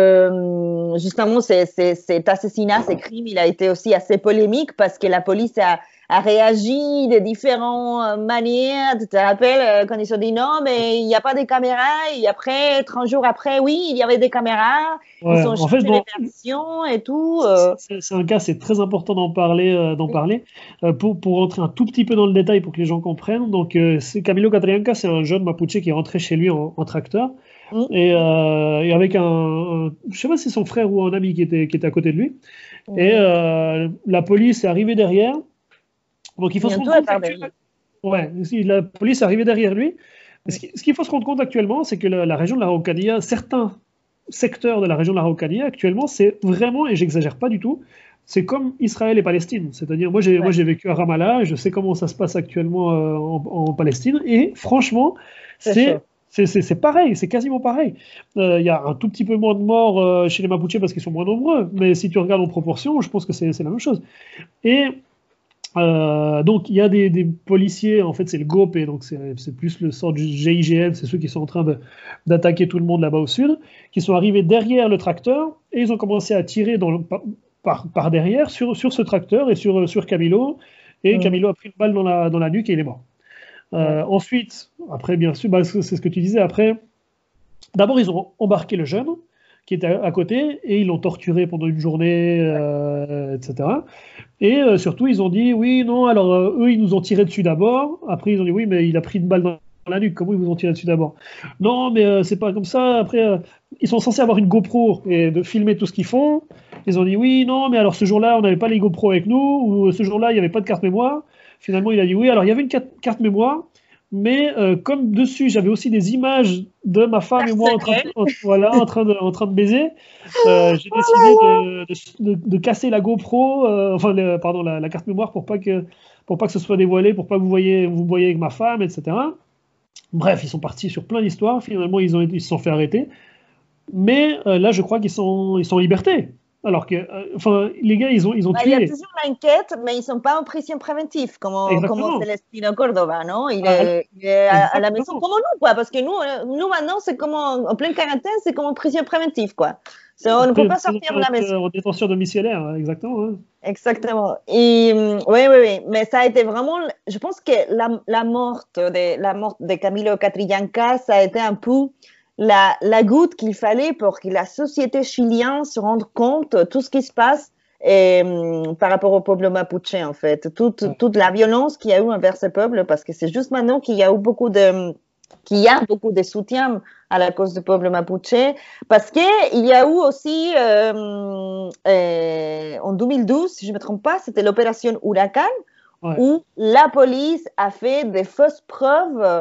justement, cet assassinat, ces crimes, il a été aussi assez polémique parce que la police a réagi de différentes manières. Tu te rappelles quand ils ont dit non, mais il n'y a pas de caméras. Et après, 30 jours après, oui, il y avait des caméras. Ouais, ils ont changé les versions et tout. C'est un cas, c'est très important d'en parler. Pour rentrer un tout petit peu dans le détail pour que les gens comprennent. Donc, Camilo Catrillanca, c'est un jeune Mapuche qui est rentré chez lui en tracteur. Et avec je sais pas si c'est son frère ou un ami qui était à côté de lui. Et la police est arrivée derrière. Donc il faut se rendre compte la police est arrivée derrière lui. Ce qu'il faut se rendre compte actuellement, c'est que la région de l'Araucanía, certains secteurs de la région de l'Araucanía actuellement, c'est vraiment, et j'exagère pas du tout, c'est comme Israël et Palestine. C'est-à-dire, moi j'ai vécu à Ramallah, je sais comment ça se passe actuellement en Palestine, et franchement, c'est pareil, c'est quasiment pareil. Il y a un tout petit peu moins de morts chez les Mapuches parce qu'ils sont moins nombreux, mais si tu regardes en proportion, je pense que c'est la même chose. Et donc il y a des policiers, en fait c'est le GOP, et donc c'est plus le sort du GIGN, c'est ceux qui sont en train d'attaquer tout le monde là-bas au sud, qui sont arrivés derrière le tracteur, et ils ont commencé à tirer par derrière sur ce tracteur et sur Camilo, et Camilo a pris une balle dans la nuque et il est mort. Ensuite, après, bien sûr, c'est ce que tu disais. Après, d'abord, ils ont embarqué le jeune qui était à côté et ils l'ont torturé pendant une journée, etc. Et surtout, ils ont dit oui, non. Alors, eux, ils nous ont tiré dessus d'abord. Après, ils ont dit oui, mais il a pris une balle dans la nuque. Comment ils vous ont tiré dessus d'abord? Non, mais c'est pas comme ça. Après, ils sont censés avoir une GoPro et de filmer tout ce qu'ils font. Ils ont dit oui, non, mais alors ce jour-là, on n'avait pas les GoPro avec nous, ou ce jour-là, il n'y avait pas de carte mémoire. Finalement, il a dit oui. Alors, il y avait une carte mémoire, mais comme dessus, j'avais aussi des images de ma femme et moi en train de baiser, j'ai décidé de casser la GoPro, la carte mémoire pour pas que ce soit dévoilé, pour pas que vous voyez avec ma femme, etc. Bref, ils sont partis sur plein d'histoires. Finalement, ils se sont fait arrêter. Mais là, je crois qu'ils sont en liberté. Alors que, les gars, ils ont tué. Il y a toujours l'enquête, mais ils ne sont pas en prison préventive, comme Celestino Córdoba, non? Il est à la maison, comme nous, quoi. Parce que nous maintenant, c'est comme en pleine quarantaine, c'est comme en prison préventive, quoi. On ne peut pas sortir de la maison. En détention domiciliaire, exactement. Hein. Exactement. Et, oui. Mais ça a été vraiment, je pense que la mort de Camilo Catrillanca, ça a été un peu la goutte qu'il fallait pour que la société chilienne se rende compte de tout ce qui se passe par rapport au peuple mapuche, en fait. Toute la violence qu'il y a eu envers ce peuple, parce que c'est juste maintenant qu'il y a beaucoup de soutien à la cause du peuple mapuche, parce qu'il y a eu aussi, en 2012, si je ne me trompe pas, c'était l'opération Huracan, où la police a fait des fausses preuves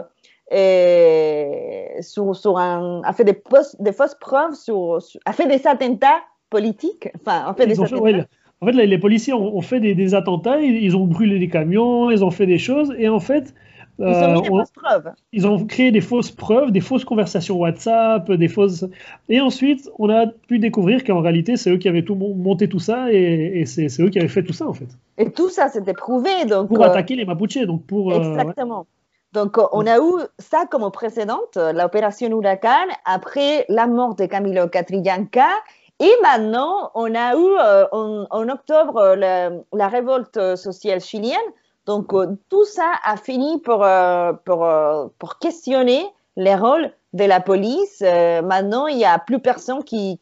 a fait des fausses preuves a fait des attentats politiques, En fait, les policiers ont fait des attentats, ils ont brûlé des camions, ils ont fait des choses, et en fait, Ils ont mis des on, fausses preuves. ils ont créé des fausses preuves, des fausses conversations WhatsApp, des fausses. Et ensuite, on a pu découvrir qu'en réalité, c'est eux qui avaient tout monté tout ça et c'est eux qui avaient fait tout ça en fait. Et tout ça, c'était prouvé. Donc, Pour attaquer les Mapuches, donc pour. Ouais. exactement. Donc, on a eu ça comme précédente, l'opération Huracan, après la mort de Camilo Catrillanca. Et maintenant, on a eu en octobre la révolte sociale chilienne. Donc, tout ça a fini pour questionner les rôles de la police. Maintenant, il n'y a plus personne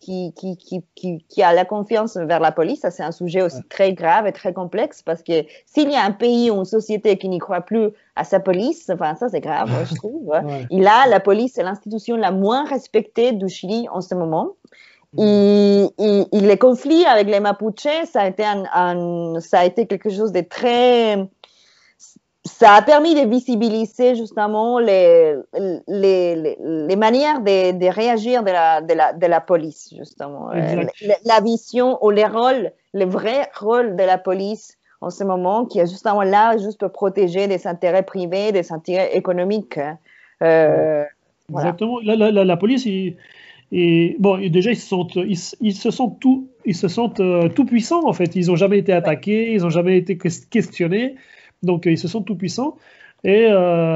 qui a la confiance vers la police. Ça, c'est un sujet aussi très grave et très complexe parce que s'il y a un pays ou une société qui n'y croit plus à sa police, enfin, ça, c'est grave, je trouve. Ouais. Et là, la police est l'institution la moins respectée du Chili en ce moment. Et les conflits avec les Mapuches, ça a été quelque chose de très... Ça a permis de visibiliser justement les manières de réagir de la police, justement. La vision ou les rôles, les vrais rôles de la police en ce moment, qui est justement là juste pour protéger des intérêts privés, des intérêts économiques. Exactement. Voilà. La police, bon, déjà, ils se sentent tout puissants, en fait. Ils n'ont jamais été attaqués, ils n'ont jamais été questionnés. Donc, ils se sentent tout puissants. Et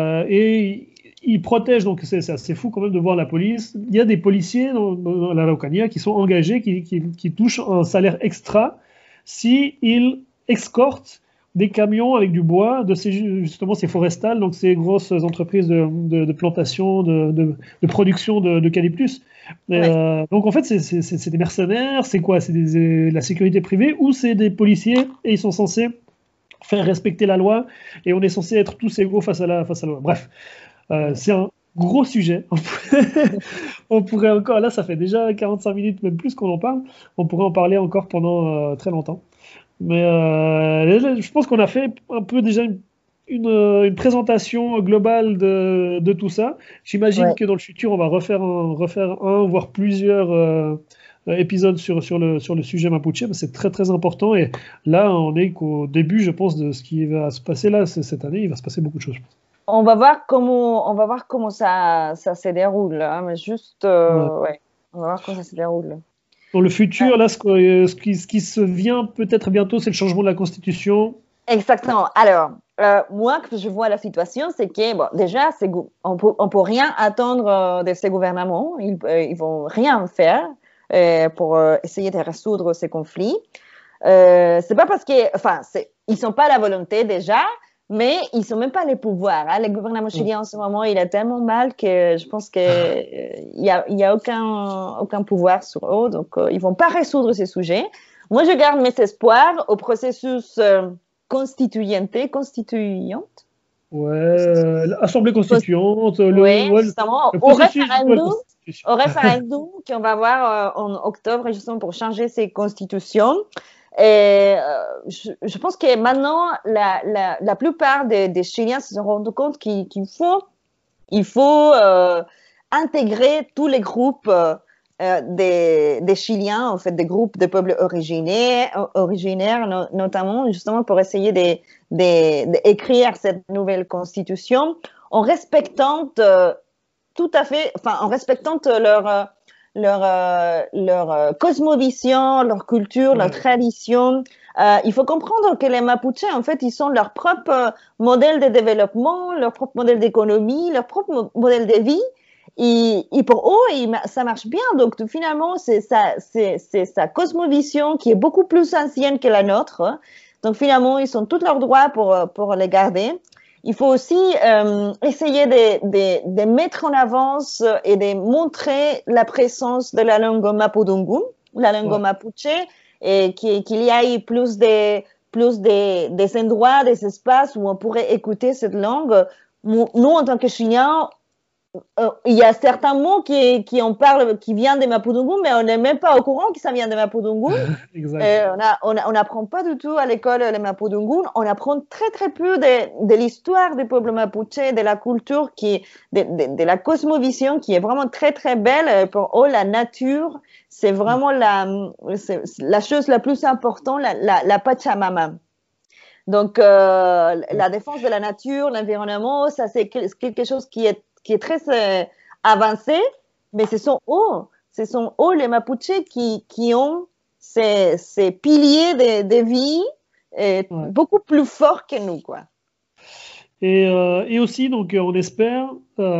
ils protègent. Donc, c'est assez fou quand même de voir la police. Il y a des policiers dans la Araucanía qui sont engagés, qui touchent un salaire extra s'ils escortent des camions avec du bois de justement ces forestales, donc ces grosses entreprises de plantation, de production d'eucalyptus. Ouais. Donc en fait, c'est des mercenaires, c'est quoi? C'est la sécurité privée ou c'est des policiers et ils sont censés faire respecter la loi et on est censé être tous égaux face à la loi. Bref, c'est un gros sujet. On pourrait encore, là ça fait déjà 45 minutes, même plus qu'on en parle, on pourrait en parler encore pendant très longtemps. Mais je pense qu'on a fait un peu déjà une présentation globale de tout ça. J'imagine que dans le futur, on va refaire un voire plusieurs épisodes sur le sujet Mapuche. C'est très très important. Et là, on est qu'au début, je pense, de ce qui va se passer là cette année. Il va se passer beaucoup de choses, je pense. On va voir comment ça se déroule. Hein, mais juste, ouais, on va voir comment ça se déroule. Dans le futur, là, ce qui se vient peut-être bientôt, c'est le changement de la Constitution. Exactement. Alors, moi, que je vois la situation, c'est que, bon, déjà, on peut rien attendre de ces gouvernements. Ils vont rien faire pour essayer de résoudre ces conflits. C'est pas parce que, enfin, ils sont pas à la volonté déjà, mais ils sont même pas les pouvoirs. Hein. Le gouvernement chilien en ce moment, il est tellement mal que je pense que il y a aucun pouvoir sur eux, donc ils vont pas résoudre ces sujets. Moi, je garde mes espoirs au processus constituante. Ouais, l'Assemblée constituante, justement, au référendum qu'on va avoir en octobre, justement, pour changer ces constitutions. Et je pense que maintenant, la plupart des Chiliens se sont rendus compte qu'il faut intégrer tous les groupes des Chiliens, en fait, des groupes de peuples originaires notamment, justement, pour essayer d'écrire cette nouvelle constitution en respectant tout à fait, enfin, en respectant leur cosmovision, leur culture, leur tradition. Il faut comprendre que les Mapuches, en fait, ils sont leur propre modèle de développement, leur propre modèle d'économie, leur propre modèle de vie. Et pour eux, ça marche bien. Donc, finalement, c'est sa cosmovision qui est beaucoup plus ancienne que la nôtre. Donc, finalement, ils ont tous leurs droits pour les garder. Il faut aussi essayer de mettre en avance et de montrer la présence de la langue mapudungun, la langue mapuche, et qu'il y ait plus des endroits, des espaces où on pourrait écouter cette langue. Nous, en tant que Chiliens, Il y a certains mots qui en parlent, qui viennent de Mapudungun, mais on n'est même pas au courant que ça vient de Mapudungun. Exact. On n'apprend pas du tout à l'école le Mapudungun. On apprend très très peu de l'histoire des peuples mapuche, de la culture, de la cosmovision qui est vraiment très très belle. Pour eux, la nature, c'est vraiment la chose la plus importante, la Pachamama. Donc, la défense de la nature, l'environnement, ça c'est quelque chose qui est très avancé, mais ce sont eux les Mapuches qui ont ces piliers de vie beaucoup plus forts que nous, quoi. Et aussi, donc, on espère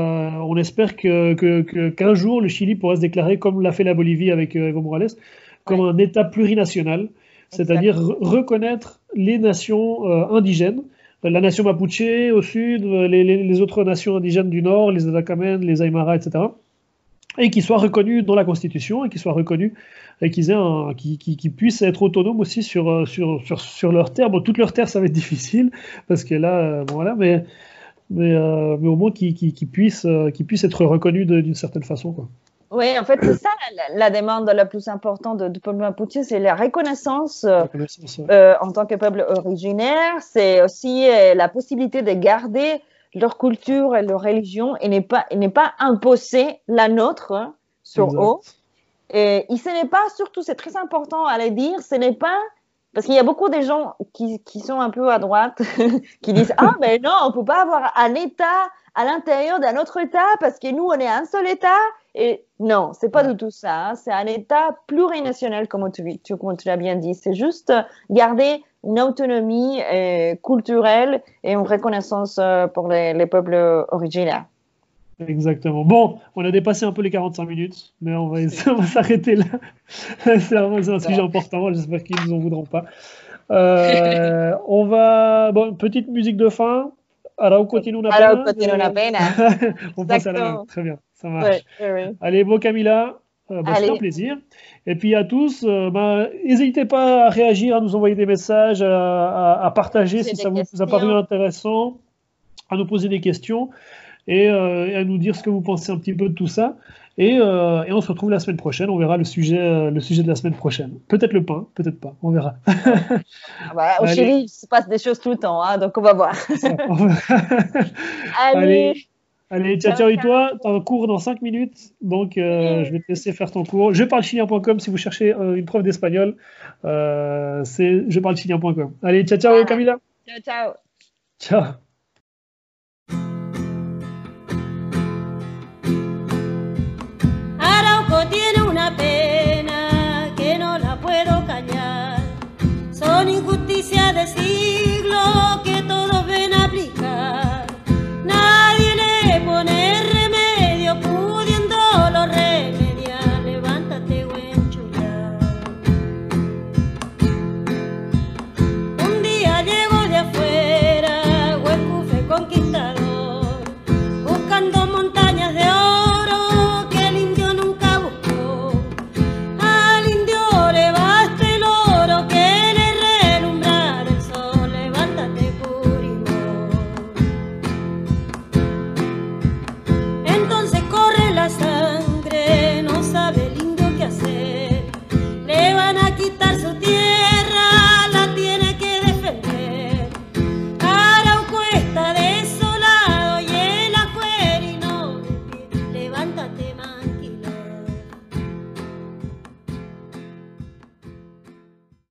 qu'un jour, le Chili pourra se déclarer, comme l'a fait la Bolivie avec Evo Morales, comme un État plurinational, c'est-à-dire reconnaître les nations indigènes, la nation Mapuche au sud, les autres nations indigènes du nord, les Atacamens, les Aymara, etc., et qui soient reconnus dans la Constitution, et qui soient reconnus, et qu'ils puissent être autonomes aussi sur leurs terres. Bon, toutes leurs terres, ça va être difficile, parce que là, bon, voilà, mais au moins qu'ils puissent être reconnus d'une certaine façon, quoi. Oui, en fait, c'est ça la demande la plus importante du peuple mapuche, c'est la reconnaissance en tant que peuple originaire. C'est aussi la possibilité de garder leur culture et leur religion et ne pas imposer la nôtre sur eux. Et ce n'est pas, surtout, c'est très important à le dire, ce n'est pas, parce qu'il y a beaucoup de gens qui sont un peu à droite, qui disent « Ah, mais non, on ne peut pas avoir un État à l'intérieur d'un autre État parce que nous, on est un seul État. » Et non, c'est pas du tout ça. Hein. C'est un État plurinational, comme tu l'as bien dit. C'est juste garder une autonomie culturelle et une reconnaissance pour les peuples originaires. Exactement. Bon, on a dépassé un peu les 45 minutes, mais on va s'arrêter là. C'est un sujet important, j'espère qu'ils ne nous en voudront pas. Bon, petite musique de fin. Arauco tiene una pena. Arauco tiene una pena. On passe à la main. Très bien, ça marche. Oui. Allez, bon Camilla, c'était un plaisir. Et puis à tous, n'hésitez pas à réagir, à nous envoyer des messages, à partager si ça vous a paru intéressant, à nous poser des questions. Et à nous dire ce que vous pensez un petit peu de tout ça. Et on se retrouve la semaine prochaine. On verra le sujet de la semaine prochaine. Peut-être le pain, peut-être pas. On verra. Au Chili, il se passe des choses tout le temps, hein, donc on va voir. Allez, ciao. Et toi, tu as un cours dans 5 minutes. Donc, je vais te laisser faire ton cours. Jeparlechilien.com si vous cherchez une prof d'espagnol. C'est jeparlechilien.com. Allez, ciao, Camilla. Ciao. Ciao.